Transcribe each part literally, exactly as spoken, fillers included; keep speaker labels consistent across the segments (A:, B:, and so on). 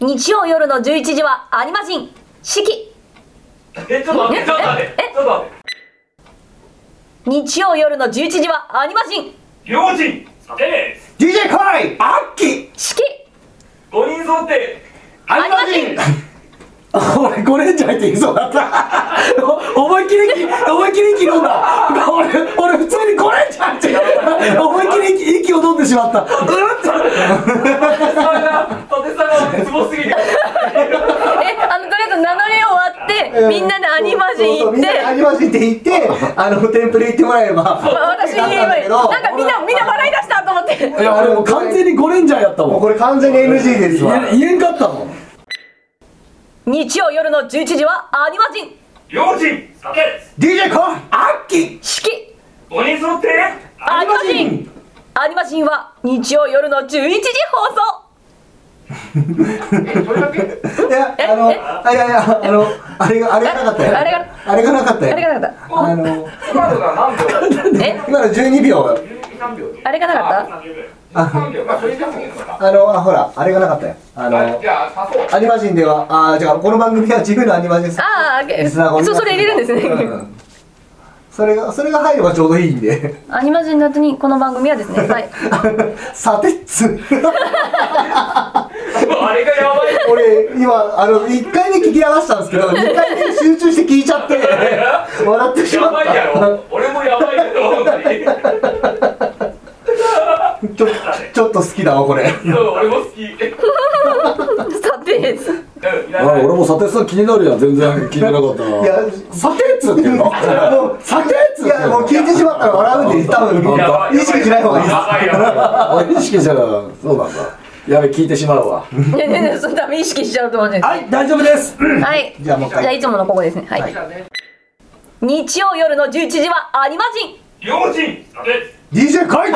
A: 日曜夜のじゅういちじはアニマ人四季。
B: え、ちょっと待って、ちょっと待って、ちょっと待って。
A: 日曜夜のじゅういちじはアニマ人
B: 両人さて
C: ディージェー コイアッキ
A: 四季。
B: ごにん揃って
C: アニマ人俺ゴレンジャー入っていそうだった思いっきり息思いっきり息飲んだ俺俺普通にゴレンジャー入って思いっきり息息を飲んでしまったうるって
B: 舘さんが舘さんがすごすぎる
A: え、あのとりあえず名乗り終わって、うん、みんなでアニマ人行って、
C: みんなでアニマ人って言ってあのテンプレ言ってもらえれば、
A: まあ、私に言えばいい。なんかみんなみんな笑い出したと思って
C: いやあれもう完全にゴレンジャーやったもん。もうこれ完全に エヌジー ですわ。言えんかったもん。
A: 日曜夜のじゅういちじはアニマ人
B: 両人さて
C: ディージェー コイアッキ
A: 四季。
B: ごにん揃って
A: アニマ人アニマ人は日曜夜のじゅういちじ放送。
B: それだけ
C: いやあのあいやいやあのあれがあれがなかったよ。
A: あれが
C: あれがなかったよ。
A: あれがなかった
C: あの
B: 今のが何秒
A: え
C: 今のじゅうにびょう
A: あれがなかった
C: ああのあほらあれがなかったよ。あのアニマ人ではあじゃあこの番組は自由なアニマ人さ
A: ああそそれ入れるんですね、うん、
C: それがそれが入ればちょうどいいんで
A: アニマ人の後にこの番組はですねはい
C: サテッツ
B: あれがやばい。
C: 俺今あのいっかいめ聞き流したんですけどにかいめに集中して聞いちゃって笑ってしまった。
B: やばいやろ俺もやばいけど本当に
C: ちょ, ちょっと好きだわこれ。
B: そう俺も好き
A: サテーツ
D: あ俺もサテーツさん気になるやん。全然聞いてなかったな。
C: いや
D: サテーツっていうのサテーツ
C: いやもう聞いてしまったら笑うんで多分意識しない方がいいです。
B: やばいやばい
D: あ意識じゃそうなんだ。やべ聞いてしまうわ。
A: いやねそんな意識しちゃうと思うんです。
D: はい大丈夫です。
A: はい
C: じゃあもう一回
A: じゃあいつものここですね。はい、はい、日曜夜のじゅういちじはアニマ人
B: 両人さて
C: ディージェー コイ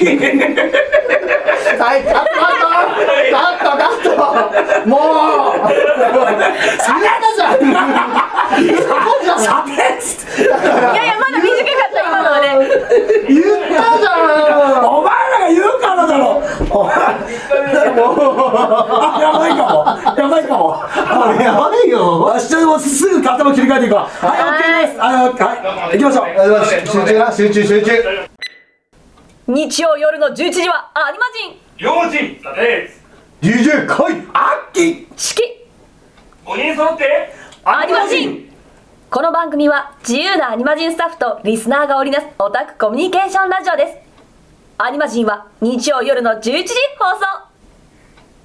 C: はいカットカットカットカットもうサテッツサテッツ
A: いやいやまだ短かった今のはね
C: 言ったじゃん。
D: お前らが言うからだろ。あやばいかもやばいかも
C: あれやばいよ。
D: あしちゃもうすぐ頭切り替えていこう。はいオッケーです。あはい行きましょう。
C: 集中な集中集中。
A: 日曜夜のじゅういちじはアニマ人
B: 両人さて
C: ディージェー コイアッキ
A: 四季。
B: ごにん揃って
A: アニマ人この番組は自由なアニマ人スタッフとリスナーが織りなすオタクコミュニケーションラジオです。アニマ人は日曜夜のじゅういちじ放送。